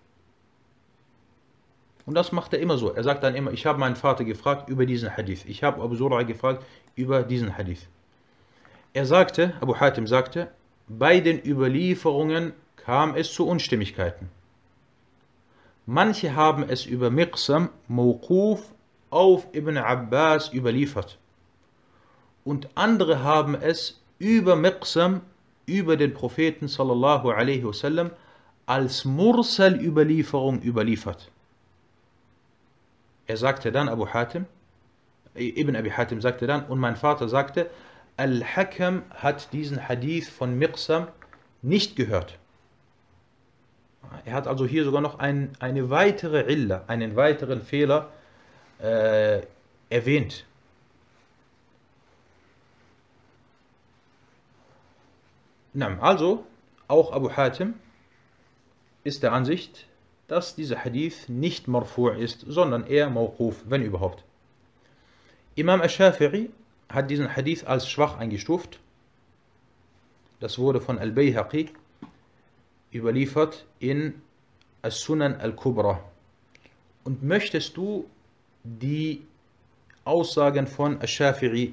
Und das macht er immer so. Er sagt dann immer, ich habe meinen Vater gefragt über diesen Hadith. Ich habe Abu Zur'a gefragt über diesen Hadith. Abu Hatim sagte, bei den Überlieferungen kam es zu Unstimmigkeiten. Manche haben es über Miqsam Mawquf auf Ibn Abbas überliefert. Und andere haben es über Miqsam, über den Propheten sallallahu alaihi wasallam, als Mursal-Überlieferung überliefert. Er sagte dann, Ibn Abi Hatim sagte dann, und mein Vater sagte, Al-Hakam hat diesen Hadith von Miqsam nicht gehört. Er hat also hier sogar noch eine weitere Illa, einen weiteren Fehler erwähnt. Also, auch Abu Hatim ist der Ansicht, dass dieser Hadith nicht marfu' ist, sondern eher mawquf, wenn überhaupt. Imam al-Shafi'i hat diesen Hadith als schwach eingestuft. Das wurde von Al-Bayhaqi überliefert in As-Sunan al-Kubra. Und möchtest du die Aussagen von al-Shafi'i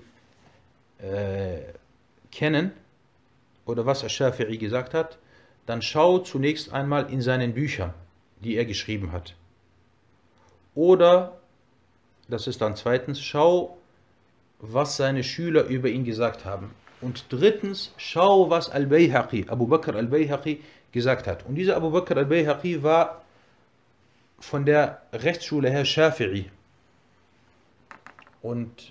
kennen, oder was al-Shafi'i gesagt hat, dann schau zunächst einmal in seinen Büchern, die er geschrieben hat. Oder, das ist dann zweitens, schau, was seine Schüler über ihn gesagt haben. Und drittens, schau, was Al-Bayhaqi, Abu Bakr al-Bayhaqi gesagt hat. Und dieser Abu Bakr al-Bayhaqi war von der Rechtsschule her Shafi'i. Und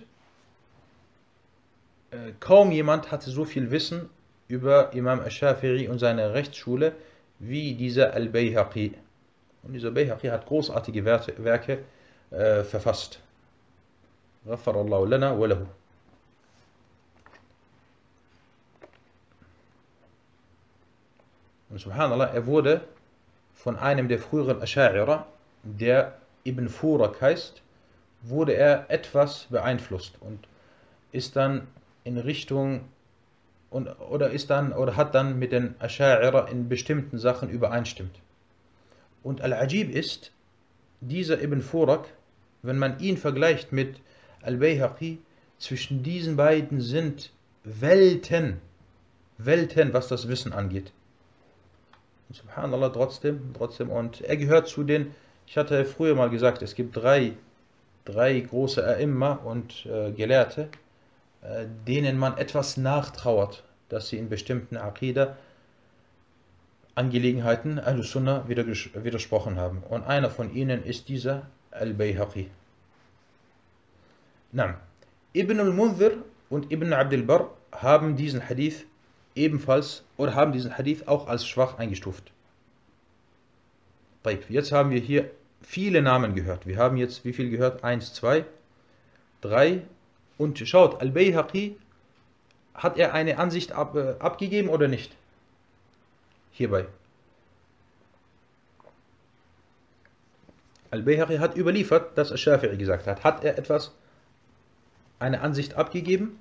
kaum jemand hatte so viel Wissen über Imam al-Shafi'i und seine Rechtsschule wie dieser Al-Bayhaqi. Und dieser Bayhaqi hat großartige Werke verfasst. Ghafarallahu lana wa lahu. Und subhanallah, er wurde von einem der früheren Asha'ira, der Ibn Furak heißt, wurde er etwas beeinflusst und ist dann in Richtung oder hat dann mit den Asha'ira in bestimmten Sachen übereinstimmt. Und Al-Ajib ist, dieser Ibn Furak, wenn man ihn vergleicht mit Al-Bayhaqi, zwischen diesen beiden sind Welten, was das Wissen angeht. Und subhanallah, trotzdem, und er gehört zu den, ich hatte früher mal gesagt, es gibt drei große A'imma und Gelehrte, denen man etwas nachtrauert, dass sie in bestimmten Aqida-Angelegenheiten Ahl-Sunnah widersprochen haben. Und einer von ihnen ist dieser Al-Bayhaqi. Ibn al-Munzir und Ibn Abd al-Barr haben diesen Hadith ebenfalls, oder haben diesen Hadith auch als schwach eingestuft. Jetzt haben wir hier viele Namen gehört. Wir haben jetzt wie viel gehört? 1, 2, 3. Und schaut, Al-Bayhaqi, hat er eine Ansicht abgegeben oder nicht? Hierbei. Al-Bayhaqi hat überliefert, dass Al-Shafi'i gesagt hat. Hat er eine Ansicht abgegeben?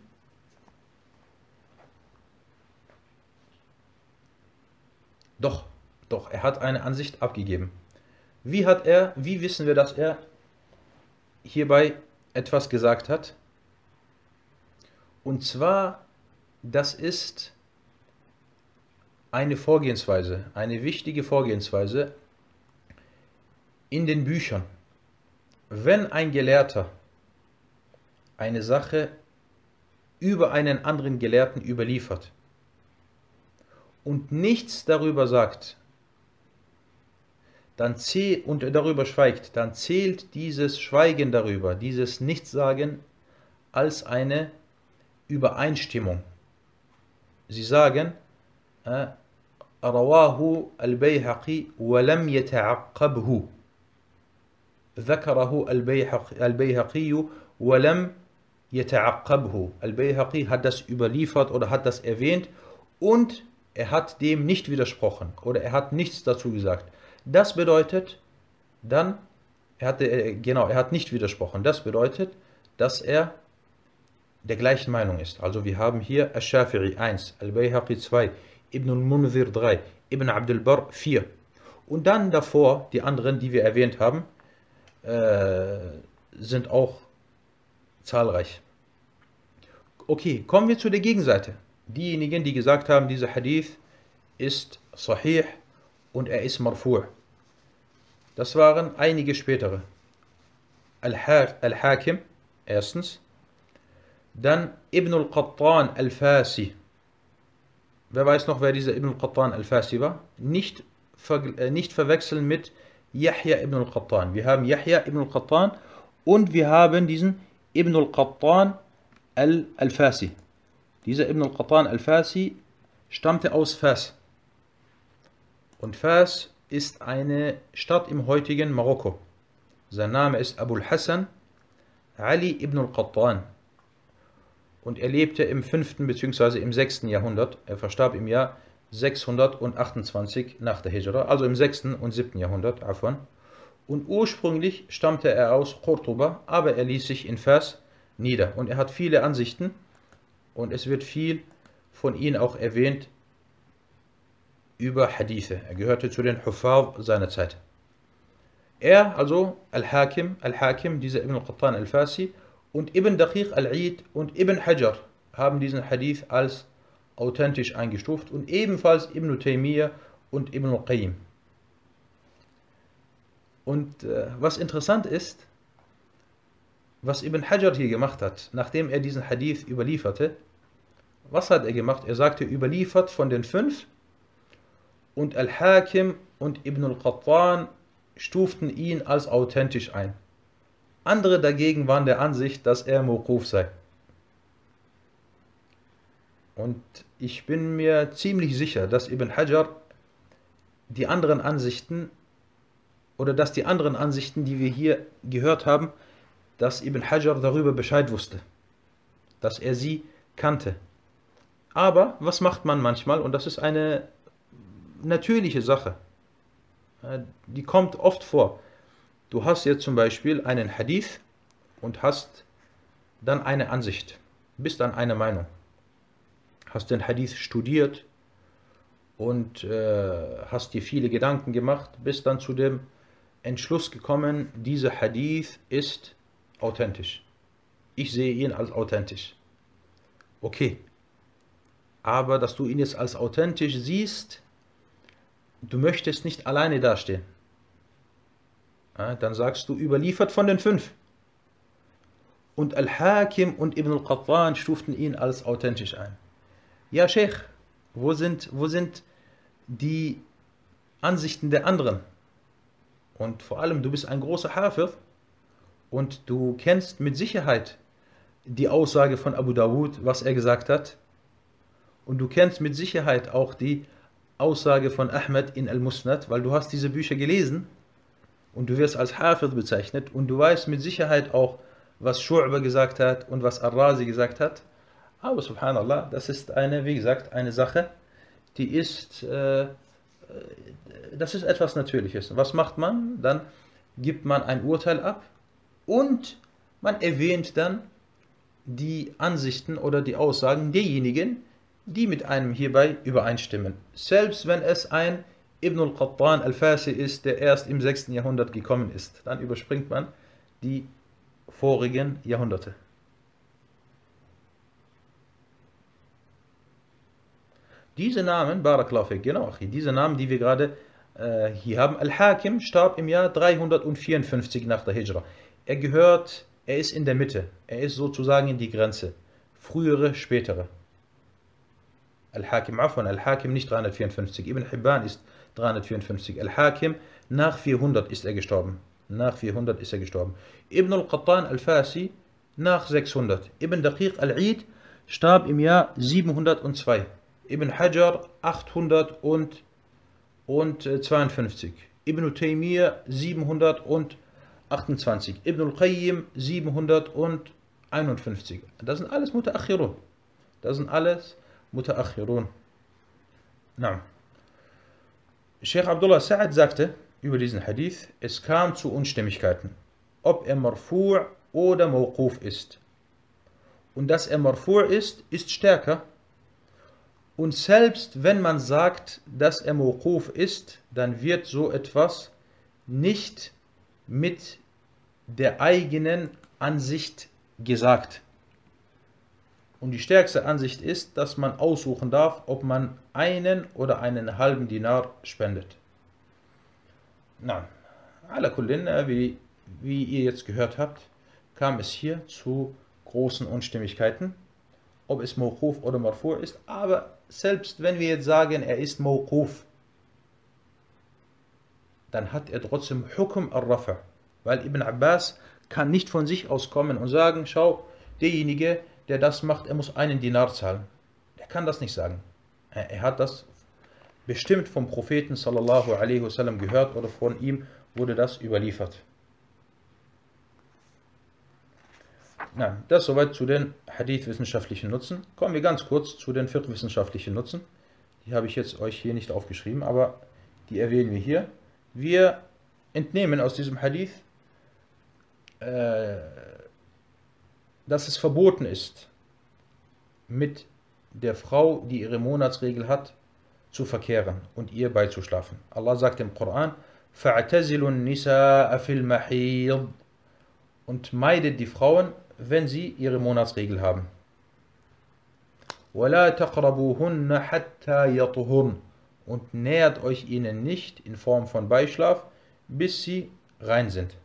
Doch, er hat eine Ansicht abgegeben. Wie wissen wir, dass er hierbei etwas gesagt hat? Und zwar, das ist eine Vorgehensweise, eine wichtige Vorgehensweise, in den Büchern, wenn ein Gelehrter eine Sache über einen anderen Gelehrten überliefert und nichts darüber sagt, und darüber schweigt, dann zählt dieses Schweigen darüber, dieses Nichtsagen als eine Übereinstimmung. Sie sagen, رواه البيهقي ولم يتعقبه ذكره البيهقي ولم يتعقبه. Al-Bayhaqi hat das überliefert oder hat das erwähnt und er hat dem nicht widersprochen oder er hat nichts dazu gesagt. Das bedeutet dann, er hat nicht widersprochen. Das bedeutet, dass er der gleichen Meinung ist. Also wir haben hier Ash-Shafi'i 1, Al-Bayhaqi 2, Ibn al-Munzir 3, Ibn Abd al-Barr 4. Und dann davor, die anderen, die wir erwähnt haben, sind auch zahlreich. Okay, kommen wir zu der Gegenseite. Diejenigen, die gesagt haben, dieser Hadith ist sahih und er ist marfu'. Das waren einige spätere. Al-Hakim, erstens. Dann Ibn al-Qattan al-Fasi. Wer weiß noch, wer dieser Ibn al-Qattan al-Fasi war? Nicht verwechseln mit Yahya ibn al-Qattan. Wir haben Yahya ibn al-Qattan und wir haben diesen Ibn al-Qattan al-Fasi. Dieser Ibn al-Qattan al-Fasi stammte aus Fas. Und Fas ist eine Stadt im heutigen Marokko. Sein Name ist Abu al-Hassan Ali ibn al-Qattan. Und er lebte im 5. bzw. im 6. Jahrhundert. Er verstarb im Jahr 628 nach der Hijra, also im 6. und 7. Jahrhundert. Und ursprünglich stammte er aus Cordoba, aber er ließ sich in Fas nieder. Und er hat viele Ansichten und es wird viel von ihm auch erwähnt über Hadithe. Er gehörte zu den Huffaz seiner Zeit. Er, also Al-Hakim, dieser Ibn al-Qattan al-Fasi, und Ibn Daqiq al-Eid und Ibn Hajar haben diesen Hadith als authentisch eingestuft und ebenfalls Ibn Taymiyyah und Ibn al-Qayyim. Und was interessant ist, was Ibn Hajar hier gemacht hat, nachdem er diesen Hadith überlieferte, was hat er gemacht? Er sagte, überliefert von den 5 und Al-Hakim und Ibn al-Qattan stuften ihn als authentisch ein. Andere dagegen waren der Ansicht, dass er Mawquf sei. Und ich bin mir ziemlich sicher, dass Ibn Hajar die anderen Ansichten, die wir hier gehört haben, dass Ibn Hajar darüber Bescheid wusste, dass er sie kannte. Aber was macht man manchmal? Und das ist eine natürliche Sache. Die kommt oft vor. Du hast jetzt zum Beispiel einen Hadith und hast dann eine Ansicht, bist an einer Meinung. Hast den Hadith studiert und hast dir viele Gedanken gemacht, bist dann zu dem Entschluss gekommen, dieser Hadith ist authentisch. Ich sehe ihn als authentisch. Okay. Aber dass du ihn jetzt als authentisch siehst, du möchtest nicht alleine dastehen. Dann sagst du, überliefert von den 5. Und Al-Hakim und Ibn al-Qattan stuften ihn als authentisch ein. Ja, Sheikh, wo sind die Ansichten der anderen? Und vor allem, du bist ein großer Hafiz und du kennst mit Sicherheit die Aussage von Abu Dawud, was er gesagt hat. Und du kennst mit Sicherheit auch die Aussage von Ahmed in Al-Musnad, weil du hast diese Bücher gelesen und du wirst als Hafiz bezeichnet und du weißt mit Sicherheit auch, was Shu'ba gesagt hat und was Ar-Razi gesagt hat. Aber subhanallah, das ist wie gesagt, eine Sache, die ist, das ist etwas Natürliches. Was macht man? Dann gibt man ein Urteil ab und man erwähnt dann die Ansichten oder die Aussagen derjenigen, die mit einem hierbei übereinstimmen. Selbst wenn es ein Ibn al-Qattan al-Fasi ist, der erst im 6. Jahrhundert gekommen ist, dann überspringt man die vorigen Jahrhunderte. Diese Namen, Barakallahu fik, genau, diese Namen, die wir gerade hier haben. Al-Hakim starb im Jahr 354 nach der Hijra. Er ist in der Mitte. Er ist sozusagen in die Grenze. Frühere, spätere. Al-Hakim nicht 354. Ibn Hibban ist 354. Al-Hakim nach 400 ist er gestorben. Ibn al-Qattan al-Fasi nach 600. Ibn Daqiq al-Eid starb im Jahr 702. Ibn Hajar 852. Ibn Taymiyyah 728. Ibn al-Qayyim 751. Das sind alles Mutaakhirun. Sheikh Abdullah Sa'ad sagte über diesen Hadith, es kam zu Unstimmigkeiten, ob er Marfu' oder Mawquf ist. Und dass er Marfu' ist, ist stärker. Und selbst wenn man sagt, dass er Mawquf ist, dann wird so etwas nicht mit der eigenen Ansicht gesagt. Und die stärkste Ansicht ist, dass man aussuchen darf, ob man einen oder einen halben Dinar spendet. Na, ala kullin, wie ihr jetzt gehört habt, kam es hier zu großen Unstimmigkeiten, ob es Mawquf oder Marfu' ist. Aber selbst wenn wir jetzt sagen, er ist Mawquf, dann hat er trotzdem Hukm al-Rafa'. Weil Ibn Abbas kann nicht von sich aus kommen und sagen, schau, derjenige, der das macht, er muss einen Dinar zahlen. Er kann das nicht sagen. Er hat das bestimmt vom Propheten sallallahu alaihi wasallam gehört oder von ihm wurde das überliefert. Na, das soweit zu den Hadith-wissenschaftlichen Nutzen. Kommen wir ganz kurz zu den fiqh-wissenschaftlichen Nutzen. Die habe ich jetzt euch hier nicht aufgeschrieben, aber die erwähnen wir hier. Wir entnehmen aus diesem Hadith, dass es verboten ist, mit der Frau, die ihre Monatsregel hat, zu verkehren und ihr beizuschlafen. Allah sagt im Koran, فَاعْتَزِلُوا النِّسَاءَ فِي الْمَحِيضِ und meidet die Frauen, wenn sie ihre Monatsregel haben. وَلَا تَقْرَبُوهُنَّ حَتَّى يَطْهُرْنَ und nähert euch ihnen nicht in Form von Beischlaf, bis sie rein sind.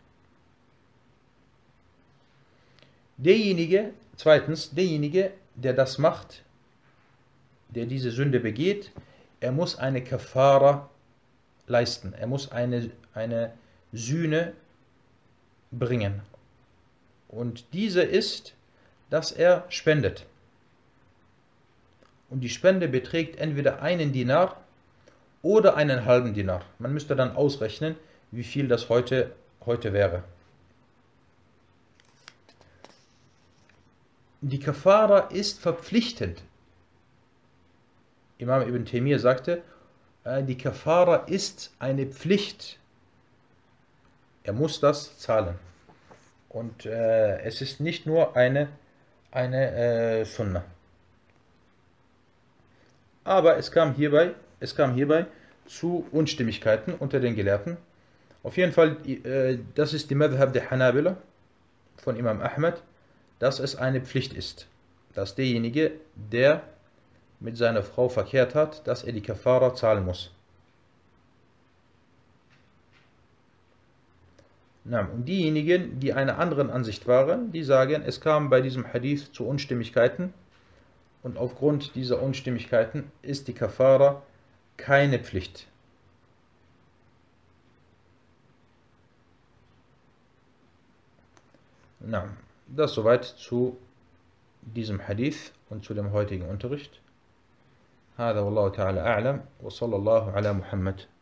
Zweitens, derjenige, der das macht, der diese Sünde begeht, er muss eine Kafara leisten. Er muss eine Sühne bringen. Und diese ist, dass er spendet. Und die Spende beträgt entweder einen Dinar oder einen halben Dinar. Man müsste dann ausrechnen, wie viel das heute wäre. Die Kafara ist verpflichtend. Imam Ibn Taymiyyah sagte, die Kafara ist eine Pflicht. Er muss das zahlen. Und es ist nicht nur eine Sunnah. Aber es kam hierbei zu Unstimmigkeiten unter den Gelehrten. Auf jeden Fall, das ist die Madhhab der Hanabila von Imam Ahmad, dass es eine Pflicht ist, dass derjenige, der mit seiner Frau verkehrt hat, dass er die Kafara zahlen muss. Und diejenigen, die einer anderen Ansicht waren, die sagen, es kam bei diesem Hadith zu Unstimmigkeiten und aufgrund dieser Unstimmigkeiten ist die Kafara keine Pflicht. Das soweit zu diesem Hadith und zu dem heutigen Unterricht. هذا والله تعالى أعلم وصلى الله على محمد